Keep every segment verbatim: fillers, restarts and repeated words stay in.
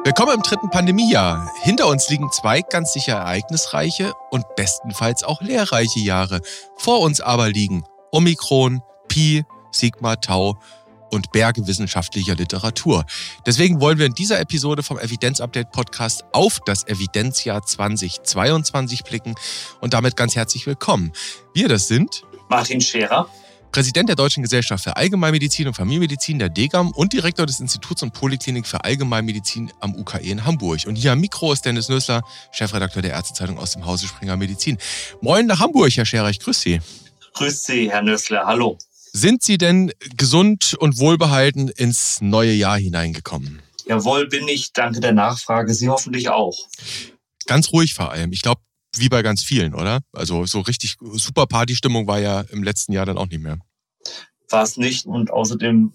Willkommen im dritten Pandemiejahr. Hinter uns liegen zwei ganz sicher ereignisreiche und bestenfalls auch lehrreiche Jahre. Vor uns aber liegen Omikron, Pi, Sigma, Tau und Berge wissenschaftlicher Literatur. Deswegen wollen wir in dieser Episode vom Evidenz-Update-Podcast auf das Evidenzjahr zweitausendzweiundzwanzig blicken und damit ganz herzlich willkommen. Wir, das sind Martin Scherer, Präsident der Deutschen Gesellschaft für Allgemeinmedizin und Familienmedizin der D G A M und Direktor des Instituts und Poliklinik für Allgemeinmedizin am U K E in Hamburg. Und hier am Mikro ist Dennis Nössler, Chefredakteur der Ärztezeitung aus dem Hause Springer Medizin. Moin nach Hamburg, Herr Scherer, ich grüße Sie. Grüß Sie, Herr Nössler, hallo. Sind Sie denn gesund und wohlbehalten ins neue Jahr hineingekommen? Jawohl, bin ich, danke der Nachfrage. Sie hoffentlich auch. Ganz ruhig vor allem. Ich glaube, wie bei ganz vielen, oder? Also so richtig super Partystimmung war ja im letzten Jahr dann auch nicht mehr. War es nicht und außerdem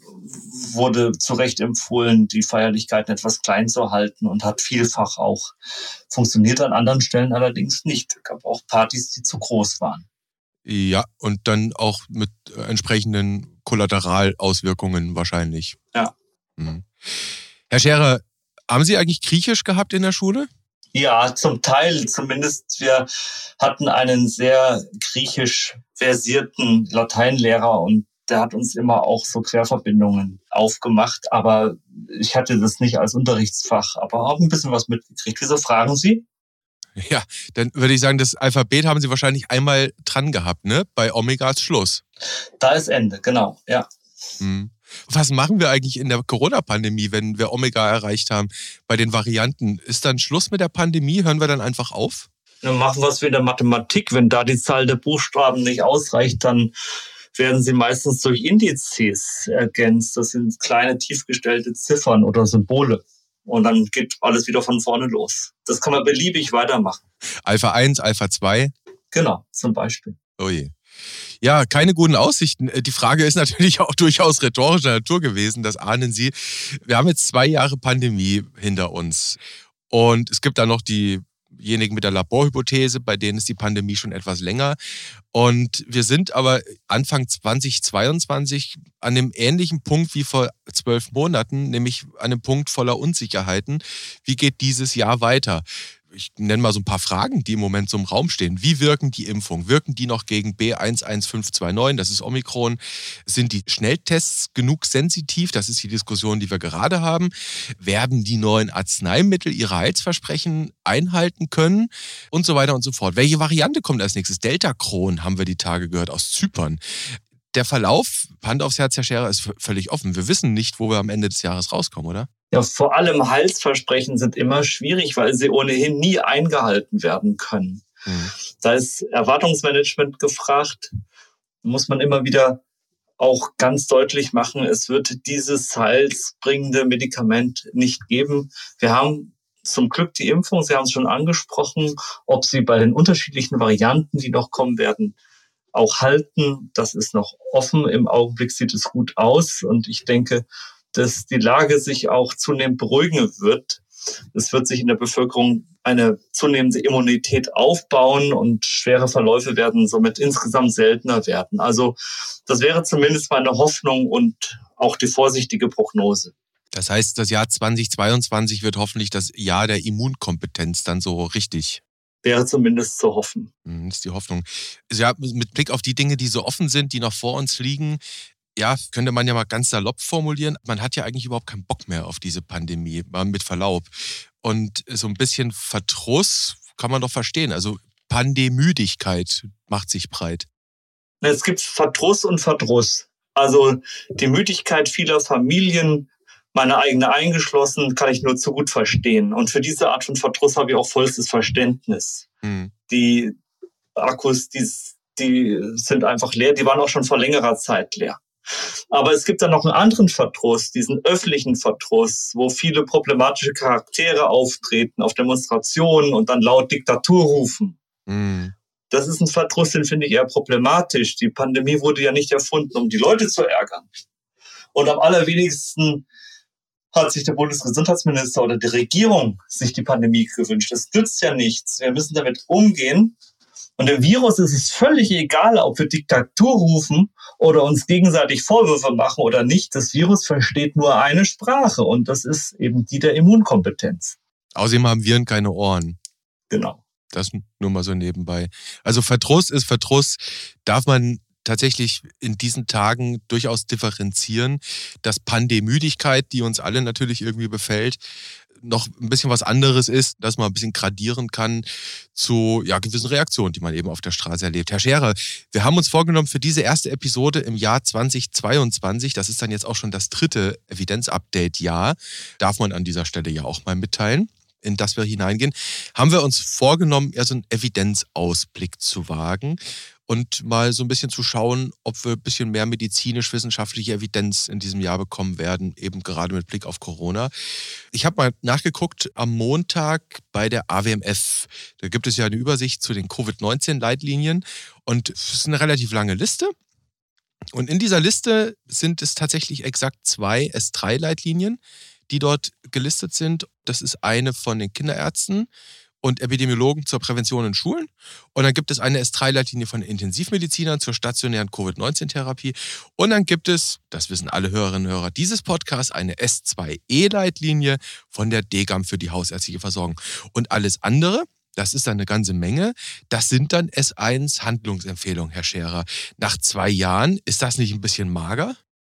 wurde zu Recht empfohlen, die Feierlichkeiten etwas klein zu halten und hat vielfach auch funktioniert, an anderen Stellen allerdings nicht. Es gab auch Partys, die zu groß waren. Ja, und dann auch mit entsprechenden Kollateralauswirkungen wahrscheinlich. Ja. Mhm. Herr Scherer, haben Sie eigentlich Griechisch gehabt in der Schule? Ja, zum Teil zumindest. Wir hatten einen sehr griechisch versierten Lateinlehrer und der hat uns immer auch so Querverbindungen aufgemacht. Aber ich hatte das nicht als Unterrichtsfach, aber auch ein bisschen was mitgekriegt. Wieso fragen Sie? Ja, dann würde ich sagen, das Alphabet haben Sie wahrscheinlich einmal dran gehabt, ne? Bei Omegas Schluss. Da ist Ende, genau, ja. Hm. Was machen wir eigentlich in der Corona-Pandemie, wenn wir Omega erreicht haben bei den Varianten? Ist dann Schluss mit der Pandemie? Hören wir dann einfach auf? Dann machen wir es wie in der Mathematik. Wenn da die Zahl der Buchstaben nicht ausreicht, dann werden sie meistens durch Indizes ergänzt. Das sind kleine, tiefgestellte Ziffern oder Symbole. Und dann geht alles wieder von vorne los. Das kann man beliebig weitermachen. Alpha eins, Alpha zwei? Genau, zum Beispiel. Oh je. Ja, keine guten Aussichten. Die Frage ist natürlich auch durchaus rhetorischer Natur gewesen, das ahnen Sie. Wir haben jetzt zwei Jahre Pandemie hinter uns. Und es gibt da noch diejenigen mit der Laborhypothese, bei denen ist die Pandemie schon etwas länger. Und wir sind aber Anfang zweitausendzweiundzwanzig an einem ähnlichen Punkt wie vor zwölf Monaten, nämlich an einem Punkt voller Unsicherheiten. Wie geht dieses Jahr weiter? Ich nenne mal so ein paar Fragen, die im Moment so im Raum stehen. Wie wirken die Impfungen? Wirken die noch gegen B eins eins fünf zwei neun, das ist Omikron? Sind die Schnelltests genug sensitiv? Das ist die Diskussion, die wir gerade haben. Werden die neuen Arzneimittel ihre Heilsversprechen einhalten können? Und so weiter und so fort. Welche Variante kommt als nächstes? Delta-Kron haben wir die Tage gehört aus Zypern. Der Verlauf, Hand aufs Herz, Herr Scherer, ist v- völlig offen. Wir wissen nicht, wo wir am Ende des Jahres rauskommen, oder? Ja, vor allem Heilsversprechen sind immer schwierig, weil sie ohnehin nie eingehalten werden können. Mhm. Da ist Erwartungsmanagement gefragt. Muss man immer wieder auch ganz deutlich machen, es wird dieses heilsbringende Medikament nicht geben. Wir haben zum Glück die Impfung, Sie haben es schon angesprochen, ob sie bei den unterschiedlichen Varianten, die noch kommen werden, auch halten. Das ist noch offen. Im Augenblick sieht es gut aus und ich denke, dass die Lage sich auch zunehmend beruhigen wird. Es wird sich in der Bevölkerung eine zunehmende Immunität aufbauen und schwere Verläufe werden somit insgesamt seltener werden. Also das wäre zumindest meine Hoffnung und auch die vorsichtige Prognose. Das heißt, das Jahr zweitausendzweiundzwanzig wird hoffentlich das Jahr der Immunkompetenz dann so richtig. Wäre zumindest zu hoffen. Das ist die Hoffnung. Ja, mit Blick auf die Dinge, die so offen sind, die noch vor uns liegen, ja, könnte man ja mal ganz salopp formulieren, man hat ja eigentlich überhaupt keinen Bock mehr auf diese Pandemie, mal mit Verlaub. Und so ein bisschen Verdruss kann man doch verstehen. Also Pandemüdigkeit macht sich breit. Es gibt Verdruss und Verdruss. Also die Müdigkeit vieler Familien, meine eigene eingeschlossen, kann ich nur zu gut verstehen. Und für diese Art von Verdruss habe ich auch vollstes Verständnis. Hm. Die Akkus, die, die sind einfach leer, die waren auch schon vor längerer Zeit leer. Aber es gibt dann noch einen anderen Verdruss, diesen öffentlichen Verdruss, wo viele problematische Charaktere auftreten auf Demonstrationen und dann laut Diktatur rufen. Mm. Das ist ein Verdruss, den finde ich eher problematisch. Die Pandemie wurde ja nicht erfunden, um die Leute zu ärgern. Und am allerwenigsten hat sich der Bundesgesundheitsminister oder die Regierung sich die Pandemie gewünscht. Es nützt ja nichts. Wir müssen damit umgehen. Und dem Virus ist es völlig egal, ob wir Diktatur rufen oder uns gegenseitig Vorwürfe machen oder nicht. Das Virus versteht nur eine Sprache und das ist eben die der Immunkompetenz. Außerdem haben Viren keine Ohren. Genau. Das nur mal so nebenbei. Also Verdruss ist Verdruss, darf man tatsächlich in diesen Tagen durchaus differenzieren, dass Pandemüdigkeit, die uns alle natürlich irgendwie befällt, noch ein bisschen was anderes ist, dass man ein bisschen gradieren kann zu ja, gewissen Reaktionen, die man eben auf der Straße erlebt. Herr Scherer, wir haben uns vorgenommen für diese erste Episode im Jahr zweitausendzweiundzwanzig, das ist dann jetzt auch schon das dritte Evidenz-Update-Jahr, darf man an dieser Stelle ja auch mal mitteilen, in das wir hineingehen, haben wir uns vorgenommen, eher so einen Evidenzausblick zu wagen und mal so ein bisschen zu schauen, ob wir ein bisschen mehr medizinisch-wissenschaftliche Evidenz in diesem Jahr bekommen werden, eben gerade mit Blick auf Corona. Ich habe mal nachgeguckt, am Montag bei der A W M F, da gibt es ja eine Übersicht zu den Covid neunzehn Leitlinien und es ist eine relativ lange Liste. Und in dieser Liste sind es tatsächlich exakt zwei S drei Leitlinien, die dort gelistet sind. Das ist eine von den Kinderärzten und Epidemiologen zur Prävention in Schulen. Und dann gibt es eine S drei Leitlinie von Intensivmedizinern zur stationären Covid neunzehn Therapie. Und dann gibt es, das wissen alle Hörerinnen und Hörer dieses Podcasts, eine S zwei E Leitlinie von der D G A M für die hausärztliche Versorgung. Und alles andere, das ist dann eine ganze Menge, das sind dann S eins Handlungsempfehlungen, Herr Scherer. Nach zwei Jahren, ist das nicht ein bisschen mager?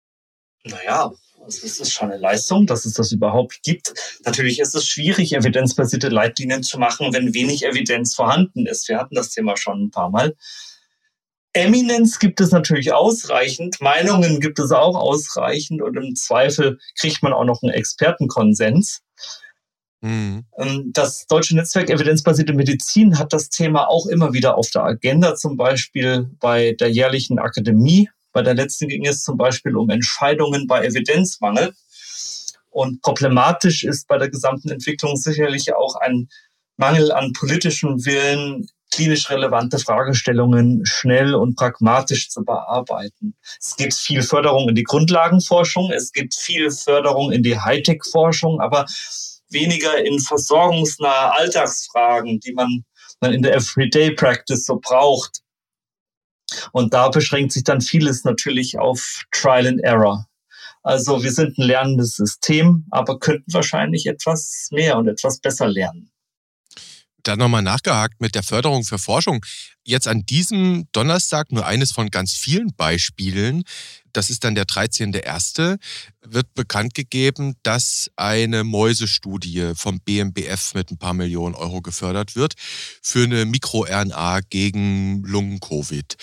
Naja, es ist schon eine Leistung, dass es das überhaupt gibt. Natürlich ist es schwierig, evidenzbasierte Leitlinien zu machen, wenn wenig Evidenz vorhanden ist. Wir hatten das Thema schon ein paar Mal. Eminenz gibt es natürlich ausreichend, Meinungen gibt es auch ausreichend und im Zweifel kriegt man auch noch einen Expertenkonsens. Mhm. Das Deutsche Netzwerk Evidenzbasierte Medizin hat das Thema auch immer wieder auf der Agenda, zum Beispiel bei der jährlichen Akademie. Bei der letzten ging es zum Beispiel um Entscheidungen bei Evidenzmangel. Und problematisch ist bei der gesamten Entwicklung sicherlich auch ein Mangel an politischem Willen, klinisch relevante Fragestellungen schnell und pragmatisch zu bearbeiten. Es gibt viel Förderung in die Grundlagenforschung, es gibt viel Förderung in die Hightech-Forschung, aber weniger in versorgungsnahe Alltagsfragen, die man dann in der Everyday Practice so braucht. Und da beschränkt sich dann vieles natürlich auf Trial and Error. Also wir sind ein lernendes System, aber könnten wahrscheinlich etwas mehr und etwas besser lernen. Da nochmal nachgehakt mit der Förderung für Forschung. Jetzt an diesem Donnerstag nur eines von ganz vielen Beispielen. Das ist dann der dreizehnte erste wird bekannt gegeben, dass eine Mäusestudie vom B M B F mit ein paar Millionen Euro gefördert wird für eine MikroR N A gegen Lungen-Covid.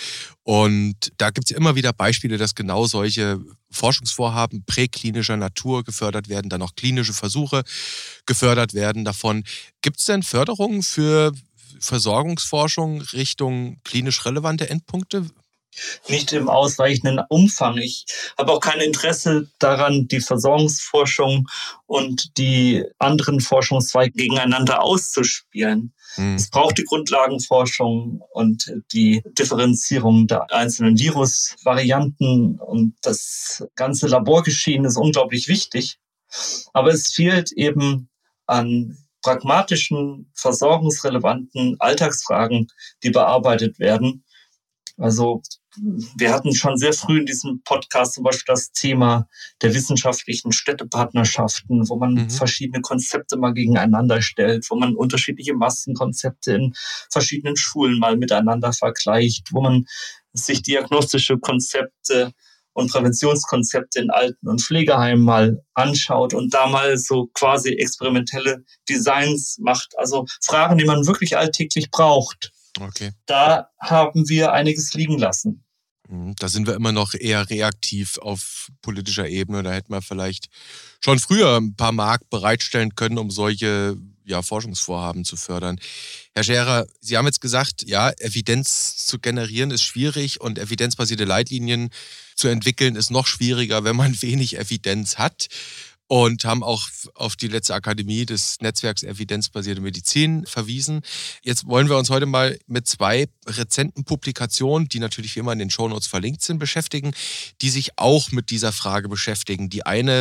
Und da gibt es immer wieder Beispiele, dass genau solche Forschungsvorhaben präklinischer Natur gefördert werden, dann auch klinische Versuche gefördert werden davon. Gibt es denn Förderungen für Versorgungsforschung Richtung klinisch relevante Endpunkte? Nicht im ausreichenden Umfang. Ich habe auch kein Interesse daran, die Versorgungsforschung und die anderen Forschungszweige gegeneinander auszuspielen. Hm. Es braucht die Grundlagenforschung und die Differenzierung der einzelnen Virusvarianten und das ganze Laborgeschehen ist unglaublich wichtig. Aber es fehlt eben an pragmatischen, versorgungsrelevanten Alltagsfragen, die bearbeitet werden. Also wir hatten schon sehr früh in diesem Podcast zum Beispiel das Thema der wissenschaftlichen Städtepartnerschaften, wo man mhm. verschiedene Konzepte mal gegeneinander stellt, wo man unterschiedliche Massenkonzepte in verschiedenen Schulen mal miteinander vergleicht, wo man sich diagnostische Konzepte und Präventionskonzepte in Alten- und Pflegeheimen mal anschaut und da mal so quasi experimentelle Designs macht. Also Fragen, die man wirklich alltäglich braucht. Okay. Da haben wir einiges liegen lassen. Da sind wir immer noch eher reaktiv auf politischer Ebene. Da hätten wir vielleicht schon früher ein paar Mark bereitstellen können, um solche ja, Forschungsvorhaben zu fördern. Herr Scherer, Sie haben jetzt gesagt, ja, Evidenz zu generieren ist schwierig und evidenzbasierte Leitlinien zu entwickeln ist noch schwieriger, wenn man wenig Evidenz hat. Und haben auch auf die letzte Akademie des Netzwerks Evidenzbasierte Medizin verwiesen. Jetzt wollen wir uns heute mal mit zwei rezenten Publikationen, die natürlich wie immer in den Shownotes verlinkt sind, beschäftigen, die sich auch mit dieser Frage beschäftigen. Die eine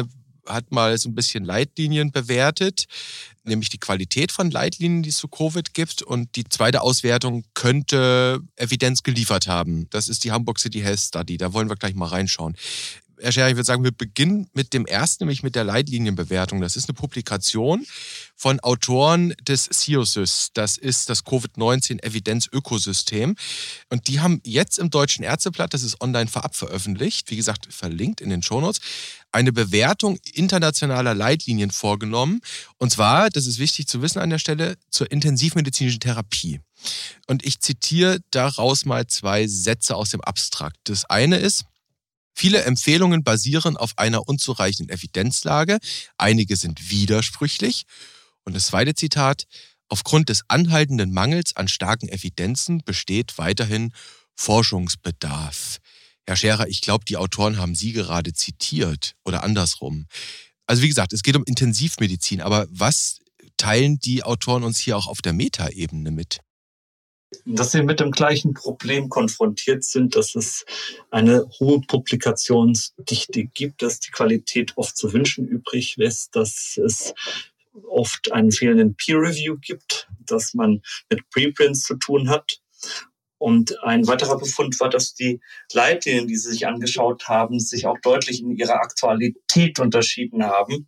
hat mal so ein bisschen Leitlinien bewertet, nämlich die Qualität von Leitlinien, die es zu Covid gibt. Und die zweite Auswertung könnte Evidenz geliefert haben. Das ist die Hamburg City Health Study. Da wollen wir gleich mal reinschauen. Herr Scherer, ich würde sagen, wir beginnen mit dem ersten, nämlich mit der Leitlinienbewertung. Das ist eine Publikation von Autoren des C I O S Y S. Das ist das Covid neunzehn Evidenz-Ökosystem. Und die haben jetzt im Deutschen Ärzteblatt, das ist online vorab veröffentlicht, wie gesagt, verlinkt in den Shownotes, eine Bewertung internationaler Leitlinien vorgenommen. Und zwar, das ist wichtig zu wissen an der Stelle, zur intensivmedizinischen Therapie. Und ich zitiere daraus mal zwei Sätze aus dem Abstrakt. Das eine ist: Viele Empfehlungen basieren auf einer unzureichenden Evidenzlage. Einige sind widersprüchlich. Und das zweite Zitat: Aufgrund des anhaltenden Mangels an starken Evidenzen besteht weiterhin Forschungsbedarf. Herr Scherer, ich glaube, die Autoren haben Sie gerade zitiert oder andersrum. Also wie gesagt, es geht um Intensivmedizin. Aber was teilen die Autoren uns hier auch auf der Metaebene mit? Dass wir mit dem gleichen Problem konfrontiert sind, dass es eine hohe Publikationsdichte gibt, dass die Qualität oft zu wünschen übrig lässt, dass es oft einen fehlenden Peer-Review gibt, dass man mit Preprints zu tun hat. Und ein weiterer Befund war, dass die Leitlinien, die sie sich angeschaut haben, sich auch deutlich in ihrer Aktualität unterschieden haben.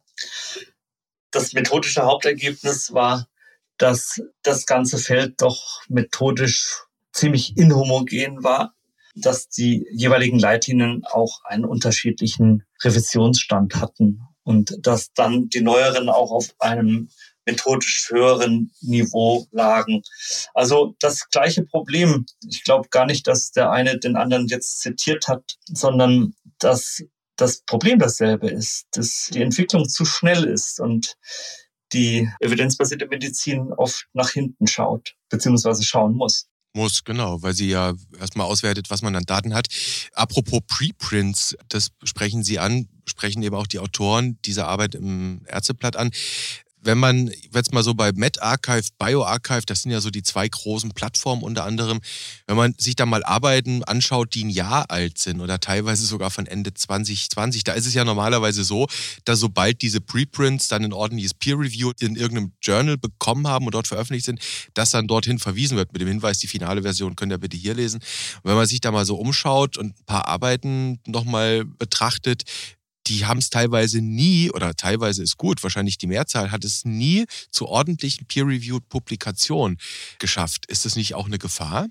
Das methodische Hauptergebnis war, dass das ganze Feld doch methodisch ziemlich inhomogen war, dass die jeweiligen Leitlinien auch einen unterschiedlichen Revisionsstand hatten und dass dann die neueren auch auf einem methodisch höheren Niveau lagen. Also das gleiche Problem. Ich glaube gar nicht, dass der eine den anderen jetzt zitiert hat, sondern dass das Problem dasselbe ist, dass die Entwicklung zu schnell ist und die evidenzbasierte Medizin oft nach hinten schaut, beziehungsweise schauen muss. Muss, genau, weil sie ja erstmal auswertet, was man an Daten hat. Apropos Preprints, das sprechen Sie an, sprechen eben auch die Autoren dieser Arbeit im Ärzteblatt an. Wenn man jetzt mal so bei medRxiv, bioRxiv, das sind ja so die zwei großen Plattformen unter anderem, wenn man sich da mal Arbeiten anschaut, die ein Jahr alt sind oder teilweise sogar von Ende zwanzig zwanzig, da ist es ja normalerweise so, dass sobald diese Preprints dann ein ordentliches Peer-Review in irgendeinem Journal bekommen haben und dort veröffentlicht sind, dass dann dorthin verwiesen wird mit dem Hinweis, die finale Version könnt ihr bitte hier lesen. Und wenn man sich da mal so umschaut und ein paar Arbeiten nochmal betrachtet, die haben es teilweise nie, oder teilweise ist gut, wahrscheinlich die Mehrzahl, hat es nie zu ordentlichen peer-reviewed Publikationen geschafft. Ist das nicht auch eine Gefahr?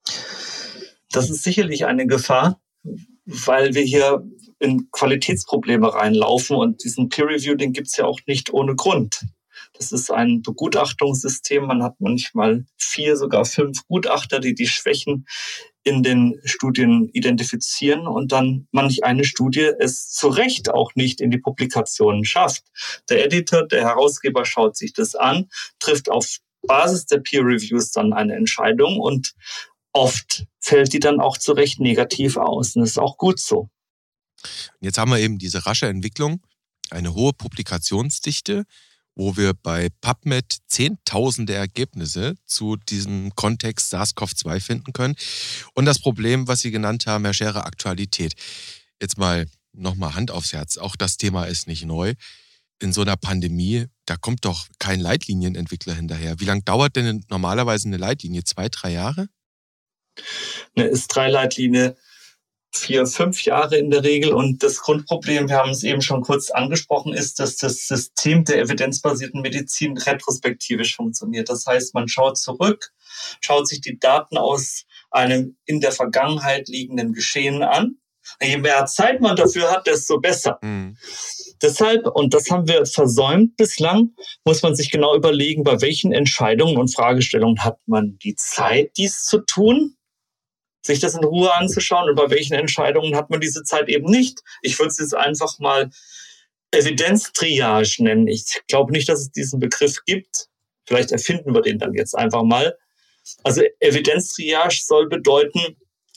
Das ist sicherlich eine Gefahr, weil wir hier in Qualitätsprobleme reinlaufen und diesen Peer-Review, den gibt es ja auch nicht ohne Grund. Das ist ein Begutachtungssystem. Man hat manchmal vier, sogar fünf Gutachter, die die Schwächen in den Studien identifizieren und dann manch eine Studie es zu Recht auch nicht in die Publikationen schafft. Der Editor, der Herausgeber schaut sich das an, trifft auf Basis der Peer-Reviews dann eine Entscheidung und oft fällt die dann auch zu Recht negativ aus. Und das ist auch gut so. Jetzt haben wir eben diese rasche Entwicklung, eine hohe Publikationsdichte, wo wir bei PubMed zehntausende Ergebnisse zu diesem Kontext SARS-C o V zwei finden können. Und das Problem, was Sie genannt haben, Herr Scherer, Aktualität. Jetzt mal nochmal Hand aufs Herz. Auch das Thema ist nicht neu. In so einer Pandemie, da kommt doch kein Leitlinienentwickler hinterher. Wie lange dauert denn normalerweise eine Leitlinie? Zwei, drei Jahre? Eine ist drei Leitlinie vier, fünf Jahre in der Regel. Und das Grundproblem, wir haben es eben schon kurz angesprochen, ist, dass das System der evidenzbasierten Medizin retrospektivisch funktioniert. Das heißt, man schaut zurück, schaut sich die Daten aus einem in der Vergangenheit liegenden Geschehen an. Je mehr Zeit man dafür hat, desto besser. Mhm. Deshalb, und das haben wir versäumt bislang, muss man sich genau überlegen, bei welchen Entscheidungen und Fragestellungen hat man die Zeit, dies zu tun, sich das in Ruhe anzuschauen, und bei welchen Entscheidungen hat man diese Zeit eben nicht. Ich würde es jetzt einfach mal Evidenztriage nennen. Ich glaube nicht, dass es diesen Begriff gibt. Vielleicht erfinden wir den dann jetzt einfach mal. Also Evidenztriage soll bedeuten,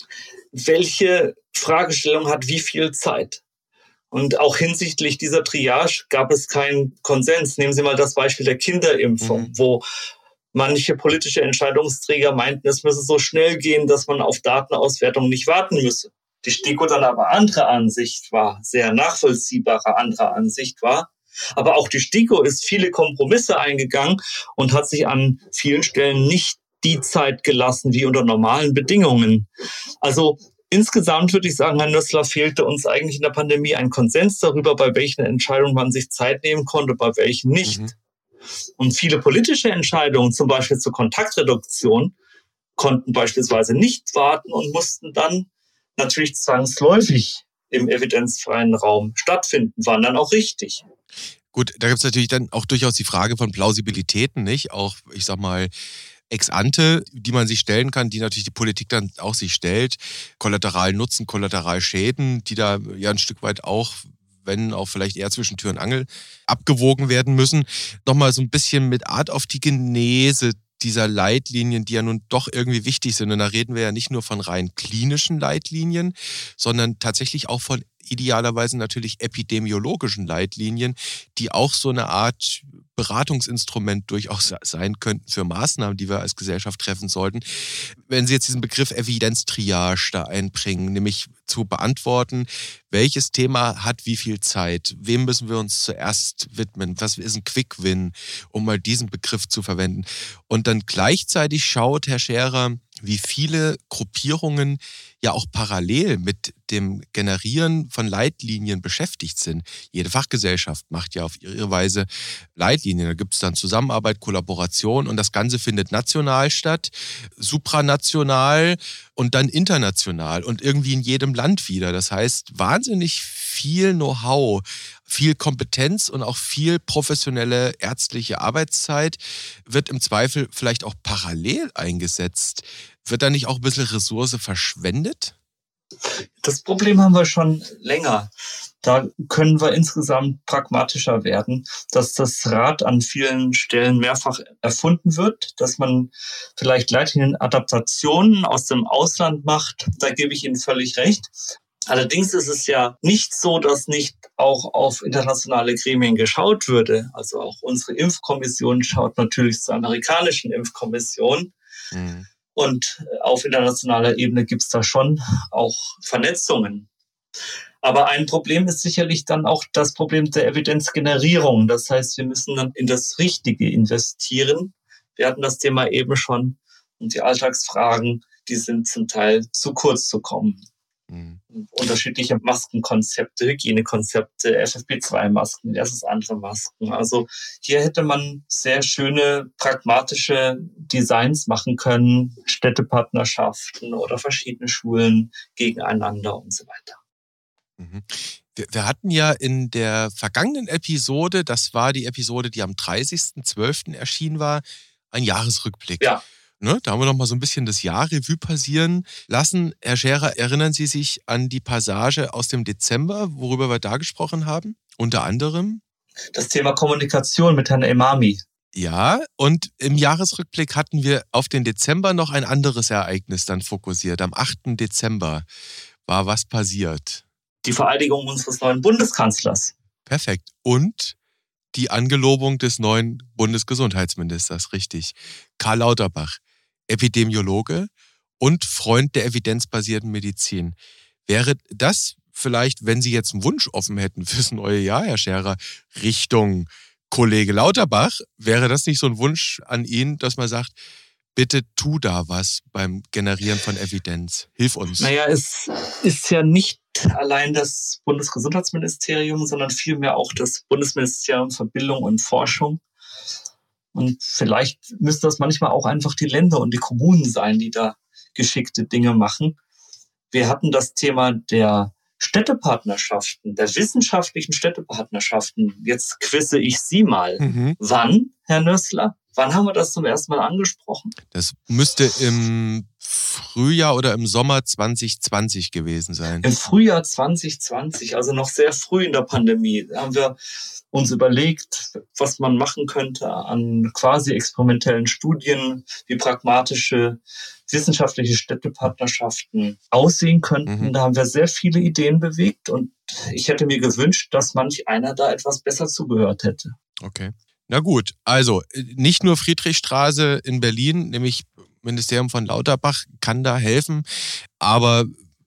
welche Fragestellung hat wie viel Zeit. Und auch hinsichtlich dieser Triage gab es keinen Konsens. Nehmen Sie mal das Beispiel der Kinderimpfung, mhm. wo manche politische Entscheidungsträger meinten, es müsse so schnell gehen, dass man auf Datenauswertung nicht warten müsse. die STIKO dann aber anderer Ansicht war, sehr nachvollziehbarer anderer Ansicht war. Aber auch die STIKO ist viele Kompromisse eingegangen und hat sich an vielen Stellen nicht die Zeit gelassen wie unter normalen Bedingungen. Also insgesamt würde ich sagen, Herr Nössler, fehlte uns eigentlich in der Pandemie ein Konsens darüber, bei welchen Entscheidungen man sich Zeit nehmen konnte, bei welchen nicht. Mhm. Und viele politische Entscheidungen, zum Beispiel zur Kontaktreduktion, konnten beispielsweise nicht warten und mussten dann natürlich zwangsläufig im evidenzfreien Raum stattfinden, waren dann auch richtig. Gut, da gibt es natürlich dann auch durchaus die Frage von Plausibilitäten, nicht? Auch, ich sag mal, ex ante, die man sich stellen kann, die natürlich die Politik dann auch sich stellt. Kollateralnutzen, Kollateralschäden, die da ja ein Stück weit auch, wenn auch vielleicht eher zwischen Tür und Angel, abgewogen werden müssen. Nochmal so ein bisschen mit Art auf die Genese dieser Leitlinien, die ja nun doch irgendwie wichtig sind. Und da reden wir ja nicht nur von rein klinischen Leitlinien, sondern tatsächlich auch von idealerweise natürlich epidemiologischen Leitlinien, die auch so eine Art Beratungsinstrument durchaus sein könnten für Maßnahmen, die wir als Gesellschaft treffen sollten. Wenn Sie jetzt diesen Begriff Evidenztriage da einbringen, nämlich zu beantworten, welches Thema hat wie viel Zeit, wem müssen wir uns zuerst widmen, was ist ein Quick-Win, um mal diesen Begriff zu verwenden. Und dann gleichzeitig schaut Herr Scherer, wie viele Gruppierungen ja auch parallel mit dem Generieren von Leitlinien beschäftigt sind. Jede Fachgesellschaft macht ja auf ihre Weise Leitlinien. Da gibt es dann Zusammenarbeit, Kollaboration und das Ganze findet national statt, supranational und dann international und irgendwie in jedem Land wieder. Das heißt, wahnsinnig viel Know-how, viel Kompetenz und auch viel professionelle ärztliche Arbeitszeit wird im Zweifel vielleicht auch parallel eingesetzt. Wird da nicht auch ein bisschen Ressource verschwendet? Das Problem haben wir schon länger. Da können wir insgesamt pragmatischer werden, dass das Rad an vielen Stellen mehrfach erfunden wird, dass man vielleicht Leitlinien-Adaptationen aus dem Ausland macht. Da gebe ich Ihnen völlig recht. Allerdings ist es ja nicht so, dass nicht auch auf internationale Gremien geschaut würde. Also auch unsere Impfkommission schaut natürlich zur amerikanischen Impfkommission. Mhm. Und auf internationaler Ebene gibt es da schon auch Vernetzungen. Aber ein Problem ist sicherlich dann auch das Problem der Evidenzgenerierung. Das heißt, wir müssen dann in das Richtige investieren. Wir hatten das Thema eben schon. Und die Alltagsfragen, die sind zum Teil zu kurz zu kommen. Mhm. Unterschiedliche Maskenkonzepte, Hygienekonzepte, F F P zwei Masken versus andere Masken. Also hier hätte man sehr schöne, pragmatische Designs machen können, Städtepartnerschaften oder verschiedene Schulen gegeneinander und so weiter. Mhm. Wir, wir hatten ja in der vergangenen Episode, das war die Episode, die am dreißigsten zwölften erschienen war, ein Jahresrückblick. Ja. Ne, da haben wir noch mal so ein bisschen das Jahr Revue passieren lassen. Herr Scherer, erinnern Sie sich an die Passage aus dem Dezember, worüber wir da gesprochen haben? Unter anderem? Das Thema Kommunikation mit Herrn Emami. Ja, und im Jahresrückblick hatten wir auf den Dezember noch ein anderes Ereignis dann fokussiert. Am achten Dezember war was passiert? Die Vereidigung unseres neuen Bundeskanzlers. Perfekt. Und die Angelobung des neuen Bundesgesundheitsministers, richtig. Karl Lauterbach, Epidemiologe und Freund der evidenzbasierten Medizin. Wäre das vielleicht, wenn Sie jetzt einen Wunsch offen hätten fürs neue Jahr, Herr Scherer, Richtung Kollege Lauterbach, wäre das nicht so ein Wunsch an ihn, dass man sagt, bitte tu da was beim Generieren von Evidenz. Hilf uns. Naja, es ist ja nicht allein das Bundesgesundheitsministerium, sondern vielmehr auch das Bundesministerium für Bildung und Forschung. Und vielleicht müssten das manchmal auch einfach die Länder und die Kommunen sein, die da geschickte Dinge machen. Wir hatten das Thema der Städtepartnerschaften, der wissenschaftlichen Städtepartnerschaften. Jetzt quizze ich Sie mal. Mhm. Wann, Herr Nössler? Wann haben wir das zum ersten Mal angesprochen? Das müsste im Frühjahr oder im Sommer zwanzig zwanzig gewesen sein. Im Frühjahr zwanzig zwanzig, also noch sehr früh in der Pandemie, haben wir uns überlegt, was man machen könnte an quasi experimentellen Studien, wie pragmatische wissenschaftliche Städtepartnerschaften aussehen könnten. Mhm. Da haben wir sehr viele Ideen bewegt und ich hätte mir gewünscht, dass manch einer da etwas besser zugehört hätte. Okay. Na gut, also nicht nur Friedrichstraße in Berlin, nämlich Ministerium von Lauterbach kann da helfen, aber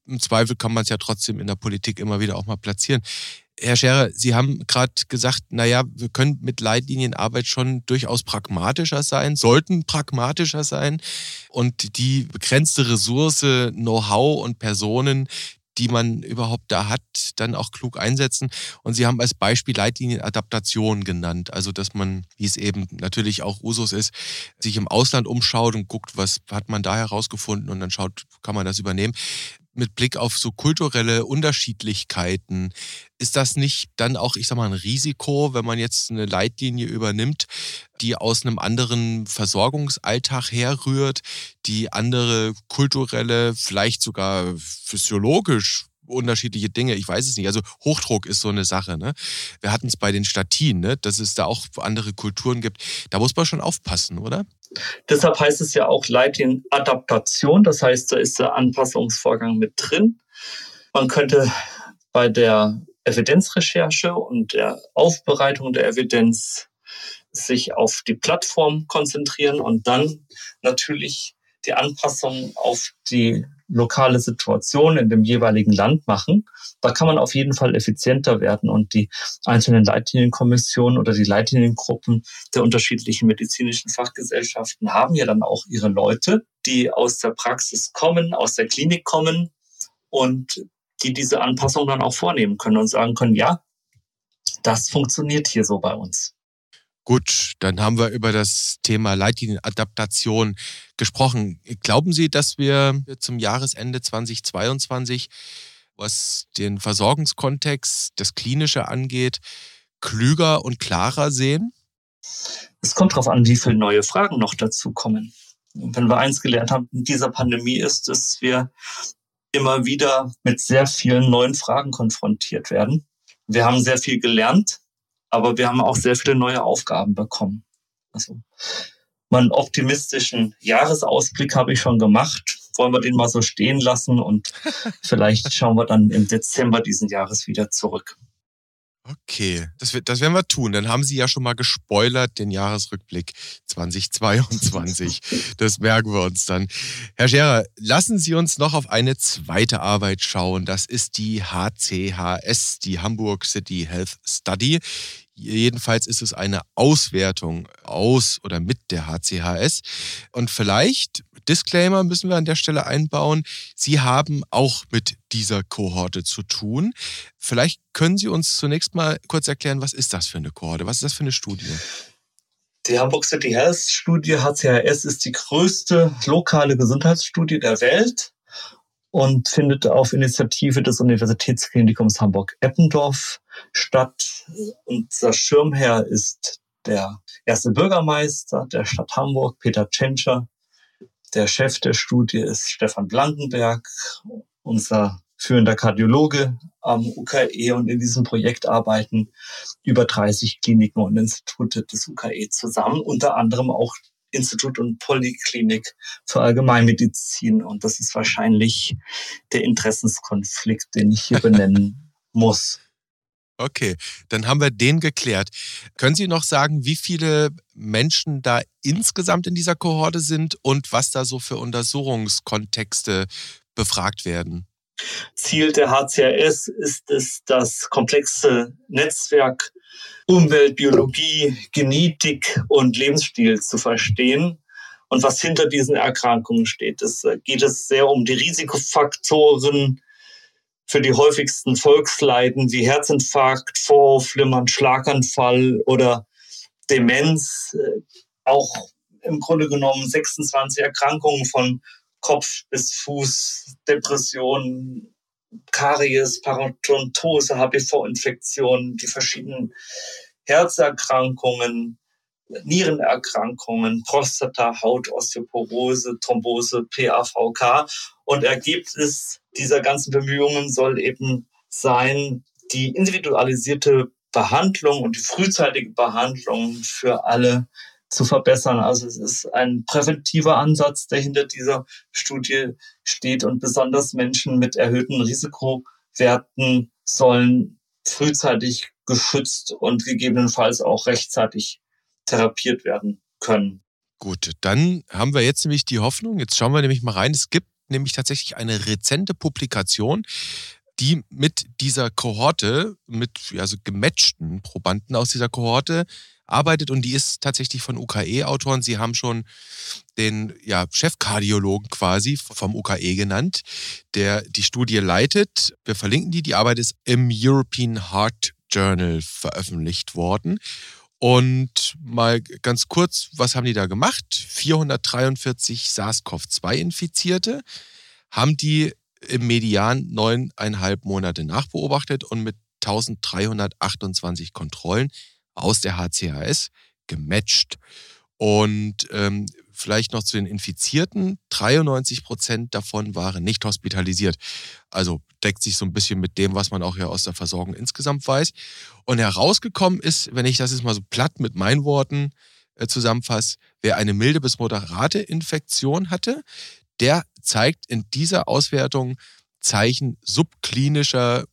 im Zweifel kann man es ja trotzdem in der Politik immer wieder auch mal platzieren. Herr Scherer, Sie haben gerade gesagt, naja, wir können mit Leitlinienarbeit schon durchaus pragmatischer sein, sollten pragmatischer sein und die begrenzte Ressource, Know-how und Personen, die man überhaupt da hat, dann auch klug einsetzen. Und Sie haben als Beispiel Leitlinienadaptation genannt. Also, dass man, wie es eben natürlich auch Usus ist, sich im Ausland umschaut und guckt, was hat man da herausgefunden und dann schaut, kann man das übernehmen. Mit Blick auf so kulturelle Unterschiedlichkeiten, ist das nicht dann auch, ich sag mal, ein Risiko, wenn man jetzt eine Leitlinie übernimmt, die aus einem anderen Versorgungsalltag herrührt, die andere kulturelle, vielleicht sogar physiologisch unterschiedliche Dinge, ich weiß es nicht. Also Hochdruck ist so eine Sache, ne? Wir hatten es bei den Statinen, ne? Dass es da auch andere Kulturen gibt. Da muss man schon aufpassen, oder? Deshalb heißt es ja auch Leitlinienadaptation. Das heißt, da ist der Anpassungsvorgang mit drin. Man könnte bei der Evidenzrecherche und der Aufbereitung der Evidenz sich auf die Plattform konzentrieren und dann natürlich die Anpassung auf die lokale Situation in dem jeweiligen Land machen. Da kann man auf jeden Fall effizienter werden und die einzelnen Leitlinienkommissionen oder die Leitliniengruppen der unterschiedlichen medizinischen Fachgesellschaften haben ja dann auch ihre Leute, die aus der Praxis kommen, aus der Klinik kommen und die diese Anpassung dann auch vornehmen können und sagen können, ja, das funktioniert hier so bei uns. Gut, dann haben wir über das Thema Leitlinienadaptation gesprochen. Glauben Sie, dass wir zum Jahresende zweitausendzweiundzwanzig, was den Versorgungskontext, das Klinische angeht, klüger und klarer sehen? Es kommt darauf an, wie viele neue Fragen noch dazu kommen. Und wenn wir eins gelernt haben in dieser Pandemie ist, dass wir immer wieder mit sehr vielen neuen Fragen konfrontiert werden. Wir haben sehr viel gelernt, aber wir haben auch sehr viele neue Aufgaben bekommen. Also meinen optimistischen Jahresausblick habe ich schon gemacht. Wollen wir den mal so stehen lassen und vielleicht schauen wir dann im Dezember diesen Jahres wieder zurück. Okay, das, das werden wir tun. Dann haben Sie ja schon mal gespoilert, den Jahresrückblick zweitausendzweiundzwanzig. Das merken wir uns dann. Herr Scherer, lassen Sie uns noch auf eine zweite Arbeit schauen. Das ist die H C H S, die Hamburg City Health Study. Jedenfalls ist es eine Auswertung aus oder mit der H C H S. Und vielleicht, Disclaimer müssen wir an der Stelle einbauen, Sie haben auch mit dieser Kohorte zu tun. Vielleicht können Sie uns zunächst mal kurz erklären, was ist das für eine Kohorte? Was ist das für eine Studie? Die Hamburg City Health Studie H C H S ist die größte lokale Gesundheitsstudie der Welt und findet auf Initiative des Universitätsklinikums Hamburg-Eppendorf statt. Unser Schirmherr ist der erste Bürgermeister der Stadt Hamburg, Peter Tschentscher. Der Chef der Studie ist Stefan Blankenberg, unser führender Kardiologe am U K E. Und in diesem Projekt arbeiten über dreißig Kliniken und Institute des U K E zusammen, unter anderem auch Institut und Poliklinik für Allgemeinmedizin. Und das ist wahrscheinlich der Interessenskonflikt, den ich hier benennen muss. Okay, dann haben wir den geklärt. Können Sie noch sagen, wie viele Menschen da insgesamt in dieser Kohorte sind und was da so für Untersuchungskontexte befragt werden? Ziel der H C H S ist es, das komplexe Netzwerk Umwelt, Biologie, Genetik und Lebensstil zu verstehen und was hinter diesen Erkrankungen steht. Es geht es sehr um die Risikofaktoren für die häufigsten Volksleiden wie Herzinfarkt, Vorhofflimmern, Schlaganfall oder Demenz. Auch im Grunde genommen sechsundzwanzig Erkrankungen von Kopf bis Fuß, Depressionen, Karies, Parodontose, H P V-Infektionen, die verschiedenen Herzerkrankungen, Nierenerkrankungen, Prostata, Haut, Osteoporose, Thrombose, P A V K. Und Ergebnis dieser ganzen Bemühungen soll eben sein, die individualisierte Behandlung und die frühzeitige Behandlung für alle zu verbessern. Also es ist ein präventiver Ansatz, der hinter dieser Studie steht und besonders Menschen mit erhöhten Risikowerten sollen frühzeitig geschützt und gegebenenfalls auch rechtzeitig therapiert werden können. Gut, dann haben wir jetzt nämlich die Hoffnung, jetzt schauen wir nämlich mal rein, es gibt nämlich tatsächlich eine rezente Publikation, die mit dieser Kohorte, mit also gematchten Probanden aus dieser Kohorte arbeitet, und die ist tatsächlich von U K E-Autoren. Sie haben schon den ja, Chefkardiologen quasi vom U K E genannt, der die Studie leitet. Wir verlinken die. Die Arbeit ist im European Heart Journal veröffentlicht worden. Und mal ganz kurz, was haben die da gemacht? vierhundertdreiundvierzig SARS-CoV zwei Infizierte haben die im Median neuneinhalb Monate nachbeobachtet und mit eintausenddreihundertachtundzwanzig Kontrollen aus der H C H S gematcht. Und ähm, vielleicht noch zu den Infizierten, dreiundneunzig Prozent davon waren nicht hospitalisiert. Also deckt sich so ein bisschen mit dem, was man auch ja aus der Versorgung insgesamt weiß. Und herausgekommen ist, wenn ich das jetzt mal so platt mit meinen Worten äh, zusammenfasse, wer eine milde bis moderate Infektion hatte, der zeigt in dieser Auswertung Zeichen subklinischer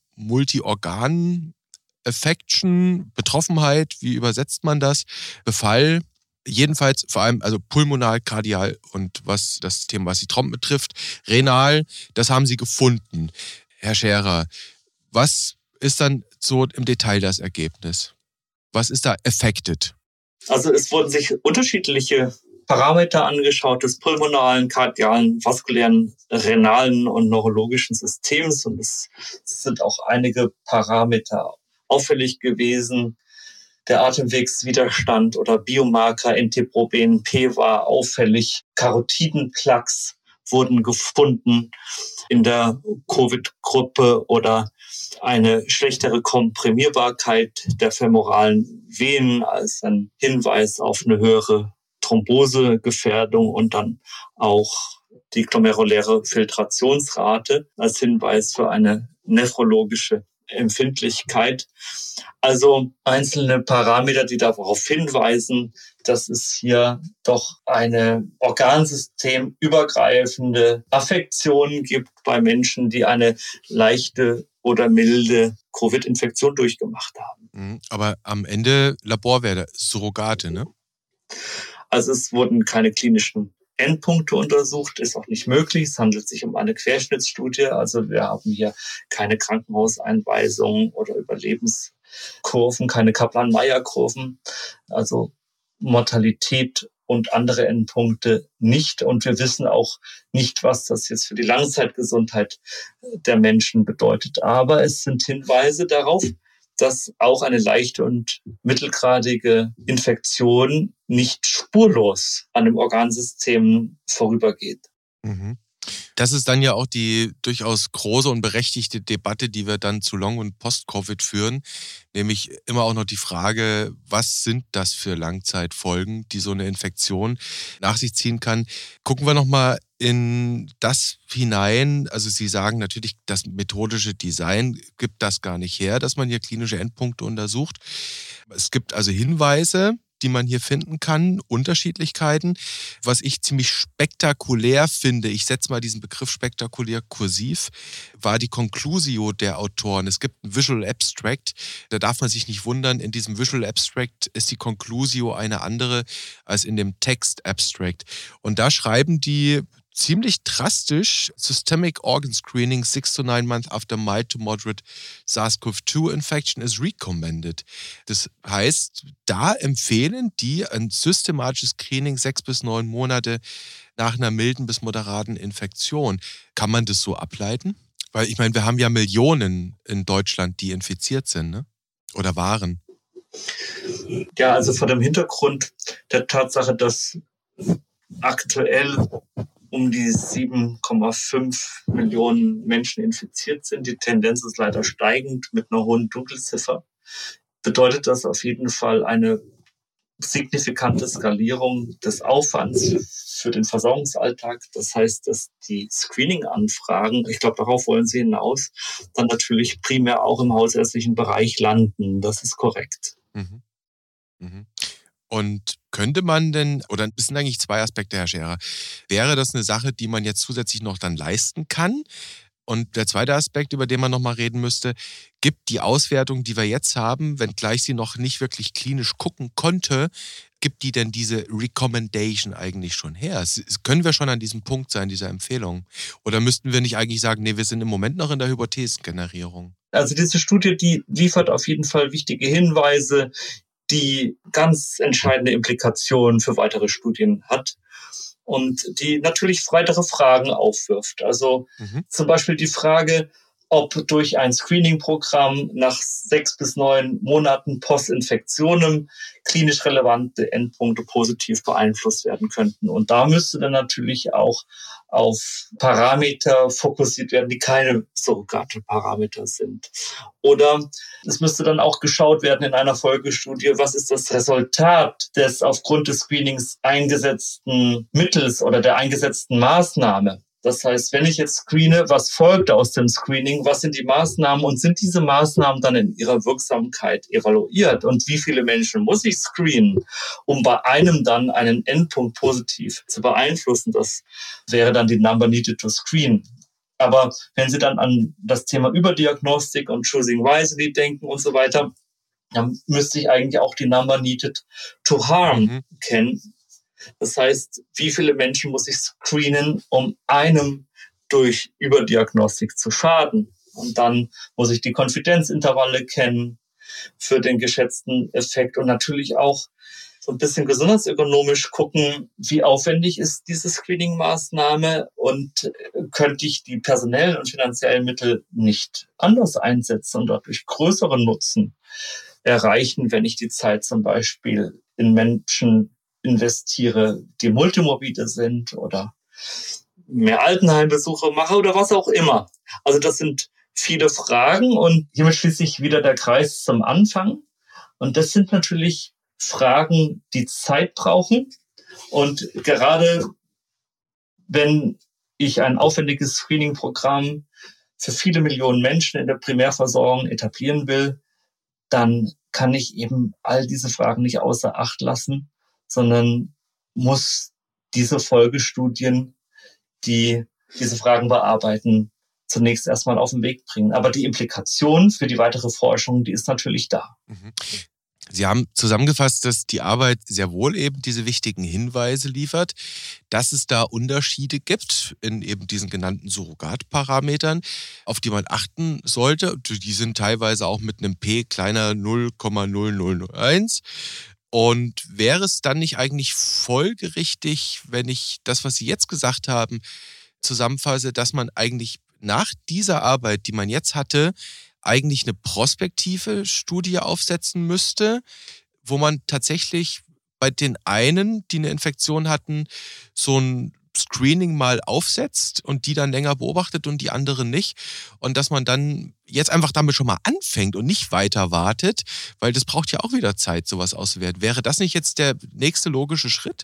Multiorgan-Affection, Betroffenheit, wie übersetzt man das, Befall, jedenfalls vor allem also pulmonal, kardial und was das Thema, was die Trompen betrifft, renal, das haben sie gefunden. Herr Scherer, was ist dann so im Detail das Ergebnis? Was ist da affected? Also es wurden sich unterschiedliche Parameter angeschaut des pulmonalen, kardialen, vaskulären, renalen und neurologischen Systems. Und es sind auch einige Parameter auffällig gewesen. Der Atemwegswiderstand oder Biomarker N T-proBNP war auffällig. Karotidenplaques wurden gefunden in der Covid-Gruppe oder eine schlechtere Komprimierbarkeit der femoralen Venen als ein Hinweis auf eine höhere Thrombosegefährdung und dann auch die glomeruläre Filtrationsrate als Hinweis für eine nephrologische Empfindlichkeit. Also einzelne Parameter, die darauf hinweisen, dass es hier doch eine organsystemübergreifende Affektion gibt bei Menschen, die eine leichte oder milde Covid-Infektion durchgemacht haben. Aber am Ende Laborwerte, Surrogate, ne? Also es wurden keine klinischen Endpunkte untersucht, ist auch nicht möglich. Es handelt sich um eine Querschnittsstudie. Also wir haben hier keine Krankenhauseinweisungen oder Überlebenskurven, keine Kaplan-Meier-Kurven. Also Mortalität und andere Endpunkte nicht. Und wir wissen auch nicht, was das jetzt für die Langzeitgesundheit der Menschen bedeutet. Aber es sind Hinweise darauf, dass auch eine leichte und mittelgradige Infektion nicht spurlos an dem Organsystem vorübergeht. Mhm. Das ist dann ja auch die durchaus große und berechtigte Debatte, die wir dann zu Long- und Post-Covid führen. Nämlich immer auch noch die Frage, was sind das für Langzeitfolgen, die so eine Infektion nach sich ziehen kann. Gucken wir nochmal in das hinein. Also Sie sagen natürlich, das methodische Design gibt das gar nicht her, dass man hier klinische Endpunkte untersucht. Es gibt also Hinweise, die man hier finden kann, Unterschiedlichkeiten. Was ich ziemlich spektakulär finde, ich setze mal diesen Begriff spektakulär kursiv, war die Conclusio der Autoren. Es gibt ein Visual Abstract, da darf man sich nicht wundern, in diesem Visual Abstract ist die Conclusio eine andere als in dem Text Abstract. Und da schreiben die ziemlich drastisch: Systemic Organ Screening six to nine months after mild to moderate SARS-C o V two infection is recommended. Das heißt, da empfehlen die ein systematisches Screening sechs bis neun Monate nach einer milden bis moderaten Infektion. Kann man das so ableiten? Weil ich meine, wir haben ja Millionen in Deutschland, die infiziert sind, ne? Oder waren. Ja, also vor dem Hintergrund der Tatsache, dass aktuell um die sieben Komma fünf Millionen Menschen infiziert sind. Die Tendenz ist leider steigend mit einer hohen Dunkelziffer. Bedeutet das auf jeden Fall eine signifikante Skalierung des Aufwands für den Versorgungsalltag. Das heißt, dass die Screening-Anfragen, ich glaube, darauf wollen Sie hinaus, dann natürlich primär auch im hausärztlichen Bereich landen. Das ist korrekt. Mhm. Mhm. Und könnte man denn, oder das sind eigentlich zwei Aspekte, Herr Scherer, wäre das eine Sache, die man jetzt zusätzlich noch dann leisten kann? Und der zweite Aspekt, über den man nochmal reden müsste, gibt die Auswertung, die wir jetzt haben, wenngleich sie noch nicht wirklich klinisch gucken konnte, gibt die denn diese Recommendation eigentlich schon her? Können wir schon an diesem Punkt sein, dieser Empfehlung? Oder müssten wir nicht eigentlich sagen, nee, wir sind im Moment noch in der Hypothesengenerierung? Also diese Studie, die liefert auf jeden Fall wichtige Hinweise, die ganz entscheidende Implikationen für weitere Studien hat und die natürlich weitere Fragen aufwirft. Also mhm. zum Beispiel die Frage, ob durch ein Screening-Programm nach sechs bis neun Monaten Postinfektionen klinisch relevante Endpunkte positiv beeinflusst werden könnten. Und da müsste dann natürlich auch auf Parameter fokussiert werden, die keine Surrogate-Parameter sind. Oder es müsste dann auch geschaut werden in einer Folgestudie, was ist das Resultat des aufgrund des Screenings eingesetzten Mittels oder der eingesetzten Maßnahme. Das heißt, wenn ich jetzt screene, was folgt aus dem Screening, was sind die Maßnahmen und sind diese Maßnahmen dann in ihrer Wirksamkeit evaluiert und wie viele Menschen muss ich screenen, um bei einem dann einen Endpunkt positiv zu beeinflussen. Das wäre dann die Number needed to screen. Aber wenn Sie dann an das Thema Überdiagnostik und Choosing Wisely denken und so weiter, dann müsste ich eigentlich auch die Number needed to harm mhm. kennen. Das heißt, wie viele Menschen muss ich screenen, um einem durch Überdiagnostik zu schaden? Und dann muss ich die Konfidenzintervalle kennen für den geschätzten Effekt und natürlich auch so ein bisschen gesundheitsökonomisch gucken, wie aufwendig ist diese Screening-Maßnahme und könnte ich die personellen und finanziellen Mittel nicht anders einsetzen und dadurch größeren Nutzen erreichen, wenn ich die Zeit zum Beispiel in Menschen investiere, die multimorbide sind oder mehr Altenheimbesuche mache oder was auch immer. Also das sind viele Fragen und hiermit schließt sich wieder der Kreis zum Anfang. Und das sind natürlich Fragen, die Zeit brauchen. Und gerade wenn ich ein aufwendiges Screening-Programm für viele Millionen Menschen in der Primärversorgung etablieren will, dann kann ich eben all diese Fragen nicht außer Acht lassen, sondern muss diese Folgestudien, die diese Fragen bearbeiten, zunächst erstmal auf den Weg bringen. Aber die Implikation für die weitere Forschung, die ist natürlich da. Sie haben zusammengefasst, dass die Arbeit sehr wohl eben diese wichtigen Hinweise liefert, dass es da Unterschiede gibt in eben diesen genannten Surrogatparametern, auf die man achten sollte. Die sind teilweise auch mit einem P kleiner null Komma null null null eins. Und wäre es dann nicht eigentlich folgerichtig, wenn ich das, was Sie jetzt gesagt haben, zusammenfasse, dass man eigentlich nach dieser Arbeit, die man jetzt hatte, eigentlich eine prospektive Studie aufsetzen müsste, wo man tatsächlich bei den einen, die eine Infektion hatten, so ein Screening mal aufsetzt und die dann länger beobachtet und die anderen nicht. Und dass man dann jetzt einfach damit schon mal anfängt und nicht weiter wartet, weil das braucht ja auch wieder Zeit, sowas auszuwerten. Wäre das nicht jetzt der nächste logische Schritt?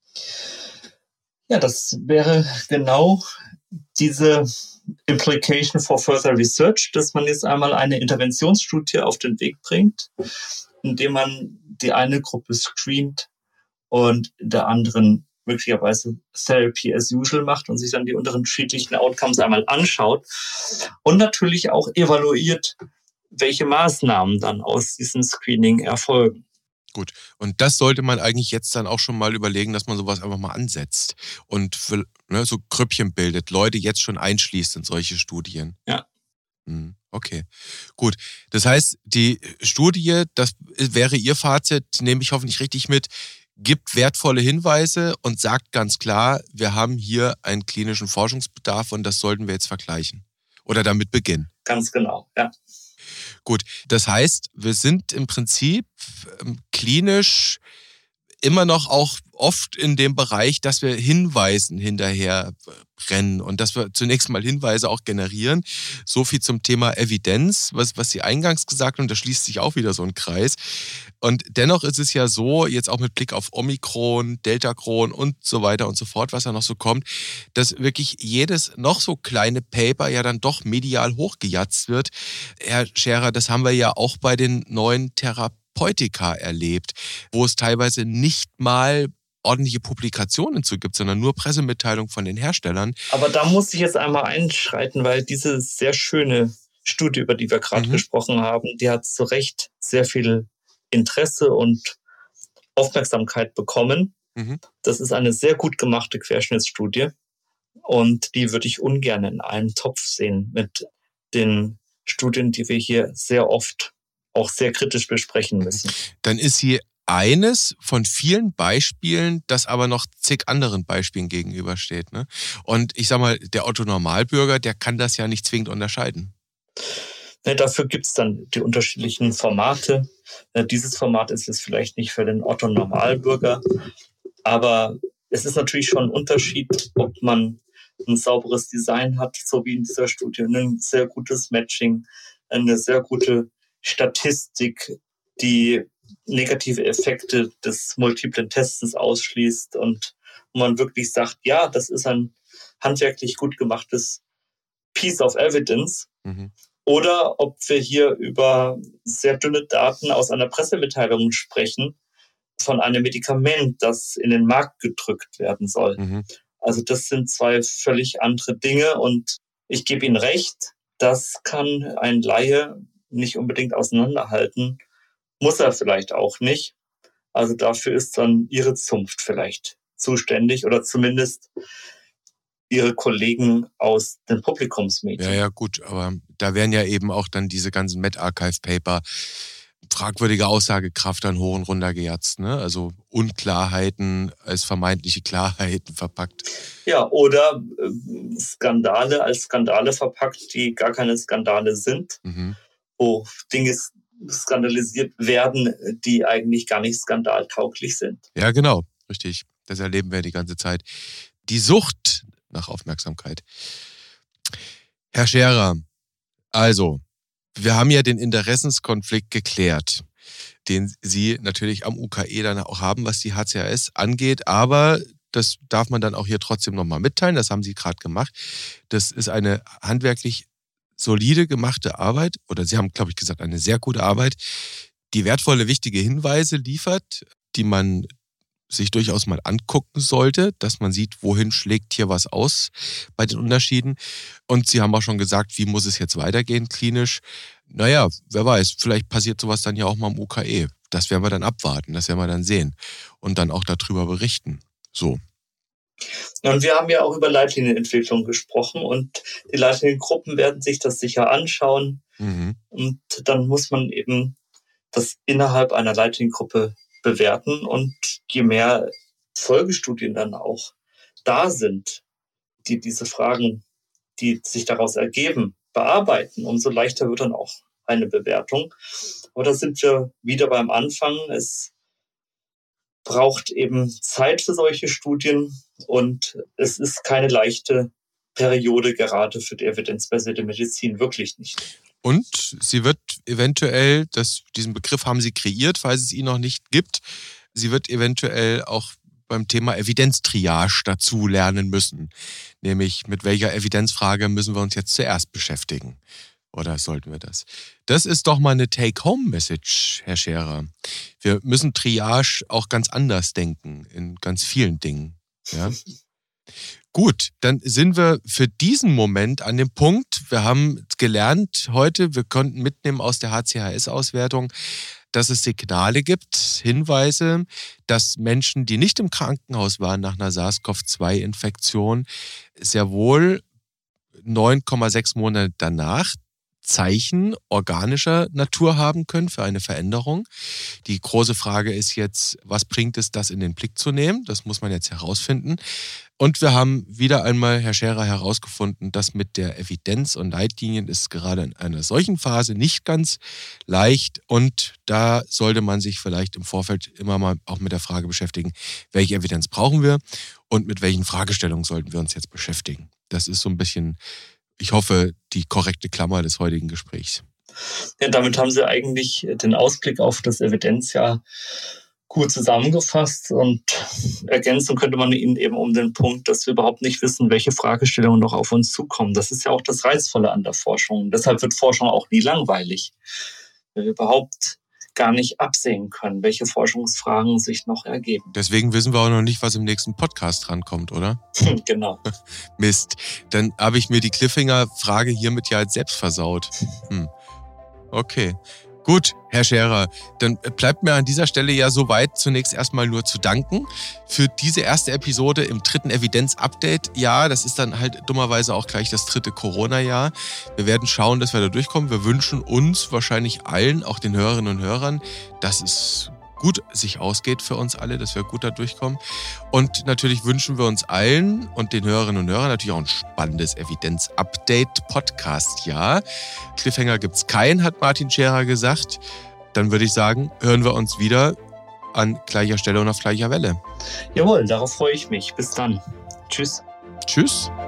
Ja, das wäre genau diese Implication for Further Research, dass man jetzt einmal eine Interventionsstudie auf den Weg bringt, indem man die eine Gruppe screent und der anderen möglicherweise Therapy as usual macht und sich dann die unterschiedlichen Outcomes einmal anschaut und natürlich auch evaluiert, welche Maßnahmen dann aus diesem Screening erfolgen. Gut, und das sollte man eigentlich jetzt dann auch schon mal überlegen, dass man sowas einfach mal ansetzt und für, ne, so Grüppchen bildet, Leute jetzt schon einschließt in solche Studien. Ja. Okay, gut. Das heißt, die Studie, das wäre Ihr Fazit, nehme ich hoffentlich richtig mit, gibt wertvolle Hinweise und sagt ganz klar, wir haben hier einen klinischen Forschungsbedarf und das sollten wir jetzt vergleichen oder damit beginnen. Ganz genau, ja. Gut, das heißt, wir sind im Prinzip klinisch immer noch auch oft in dem Bereich, dass wir Hinweisen hinterher rennen und dass wir zunächst mal Hinweise auch generieren. So viel zum Thema Evidenz, was, was Sie eingangs gesagt haben, da schließt sich auch wieder so ein Kreis. Und dennoch ist es ja so, jetzt auch mit Blick auf Omikron, Deltacron und so weiter und so fort, was da noch so kommt, dass wirklich jedes noch so kleine Paper ja dann doch medial hochgejatzt wird. Herr Scherer, das haben wir ja auch bei den neuen Therapeutika erlebt, wo es teilweise nicht mal ordentliche Publikationen zu gibt, sondern nur Pressemitteilungen von den Herstellern. Aber da muss ich jetzt einmal einschreiten, weil diese sehr schöne Studie, über die wir gerade mhm. gesprochen haben, die hat zu Recht sehr viel Interesse und Aufmerksamkeit bekommen. Mhm. Das ist eine sehr gut gemachte Querschnittsstudie und die würde ich ungern in einem Topf sehen mit den Studien, die wir hier sehr oft auch sehr kritisch besprechen müssen. Dann ist sie eines von vielen Beispielen, das aber noch zig anderen Beispielen gegenübersteht. Ne? Und ich sag mal, der Otto-Normalbürger, der kann das ja nicht zwingend unterscheiden. Ja, dafür gibt es dann die unterschiedlichen Formate. Ja, dieses Format ist jetzt vielleicht nicht für den Otto-Normalbürger, aber es ist natürlich schon ein Unterschied, ob man ein sauberes Design hat, so wie in dieser Studie, ein sehr gutes Matching, eine sehr gute Statistik, die negative Effekte des multiplen Testens ausschließt und man wirklich sagt, ja, das ist ein handwerklich gut gemachtes Piece of Evidence. Mhm. Oder ob wir hier über sehr dünne Daten aus einer Pressemitteilung sprechen, von einem Medikament, das in den Markt gedrückt werden soll. Mhm. Also das sind zwei völlig andere Dinge und ich gebe Ihnen recht, das kann ein Laie nicht unbedingt auseinanderhalten. Muss er vielleicht auch nicht. Also dafür ist dann Ihre Zunft vielleicht zuständig oder zumindest Ihre Kollegen aus den Publikumsmedien. Ja, ja, gut, aber da werden ja eben auch dann diese ganzen Med-Archive-Paper, fragwürdige Aussagekraft dann hoch und runter gejatzt, ne? Also Unklarheiten als vermeintliche Klarheiten verpackt. Ja, oder äh, Skandale als Skandale verpackt, die gar keine Skandale sind, mhm. wo Dinge skandalisiert werden, die eigentlich gar nicht skandaltauglich sind. Ja, genau, richtig. Das erleben wir die ganze Zeit. Die Sucht nach Aufmerksamkeit. Herr Scherer, also, wir haben ja den Interessenskonflikt geklärt, den Sie natürlich am U K E dann auch haben, was die H C H S angeht, aber das darf man dann auch hier trotzdem nochmal mitteilen, das haben Sie gerade gemacht. Das ist eine handwerklich solide gemachte Arbeit, oder Sie haben, glaube ich, gesagt, eine sehr gute Arbeit, die wertvolle, wichtige Hinweise liefert, die man sich durchaus mal angucken sollte, dass man sieht, wohin schlägt hier was aus bei den Unterschieden. Und Sie haben auch schon gesagt, wie muss es jetzt weitergehen klinisch? Naja, wer weiß, vielleicht passiert sowas dann ja auch mal im U K E. Das werden wir dann abwarten, das werden wir dann sehen und dann auch darüber berichten. So. Und wir haben ja auch über Leitlinienentwicklung gesprochen und die Leitliniengruppen werden sich das sicher anschauen. Mhm. Und dann muss man eben das innerhalb einer Leitliniengruppe bewerten und je mehr Folgestudien dann auch da sind, die diese Fragen, die sich daraus ergeben, bearbeiten, umso leichter wird dann auch eine Bewertung. Aber da sind wir wieder beim Anfang. Es braucht eben Zeit für solche Studien und es ist keine leichte Periode gerade für die evidenzbasierte Medizin, wirklich nicht. Und sie wird eventuell, das, diesen Begriff haben Sie kreiert, falls es ihn noch nicht gibt, sie wird eventuell auch beim Thema Evidenztriage dazu lernen müssen. Nämlich, mit welcher Evidenzfrage müssen wir uns jetzt zuerst beschäftigen? Oder sollten wir das? Das ist doch mal eine Take-Home-Message, Herr Scherer. Wir müssen Triage auch ganz anders denken, in ganz vielen Dingen. Ja? Gut, dann sind wir für diesen Moment an dem Punkt, wir haben gelernt heute, wir konnten mitnehmen aus der H C H S-Auswertung, dass es Signale gibt, Hinweise, dass Menschen, die nicht im Krankenhaus waren nach einer SARS-C o V zwei Infektion, sehr wohl neun Komma sechs Monate danach Zeichen organischer Natur haben können für eine Veränderung. Die große Frage ist jetzt, was bringt es, das in den Blick zu nehmen? Das muss man jetzt herausfinden. Und wir haben wieder einmal, Herr Scherer, herausgefunden, dass mit der Evidenz und Leitlinien ist gerade in einer solchen Phase nicht ganz leicht. Und da sollte man sich vielleicht im Vorfeld immer mal auch mit der Frage beschäftigen, welche Evidenz brauchen wir und mit welchen Fragestellungen sollten wir uns jetzt beschäftigen. Das ist so ein bisschen, ich hoffe, die korrekte Klammer des heutigen Gesprächs. Ja, damit haben Sie eigentlich den Ausblick auf das Evidenzjahr gut zusammengefasst und ergänzen könnte man ihn eben um den Punkt, dass wir überhaupt nicht wissen, welche Fragestellungen noch auf uns zukommen. Das ist ja auch das Reizvolle an der Forschung. Und deshalb wird Forschung auch nie langweilig, weil wir überhaupt gar nicht absehen können, welche Forschungsfragen sich noch ergeben. Deswegen wissen wir auch noch nicht, was im nächsten Podcast drankommt, oder? Genau. Mist. Dann habe ich mir die Cliffhanger-Frage hiermit ja als selbst versaut. Hm. Okay. Gut, Herr Scherer, dann bleibt mir an dieser Stelle ja soweit zunächst erstmal nur zu danken für diese erste Episode im dritten Evidenz-Update. Ja, das ist dann halt dummerweise auch gleich das dritte Corona-Jahr. Wir werden schauen, dass wir da durchkommen. Wir wünschen uns wahrscheinlich allen, auch den Hörerinnen und Hörern, dass es gut sich ausgeht für uns alle, dass wir gut da durchkommen. Und natürlich wünschen wir uns allen und den Hörerinnen und Hörern natürlich auch ein spannendes Evidenz-Update-Podcast-Jahr. Cliffhanger gibt's keinen, hat Martin Scherer gesagt. Dann würde ich sagen, hören wir uns wieder an gleicher Stelle und auf gleicher Welle. Jawohl, darauf freue ich mich. Bis dann. Tschüss. Tschüss.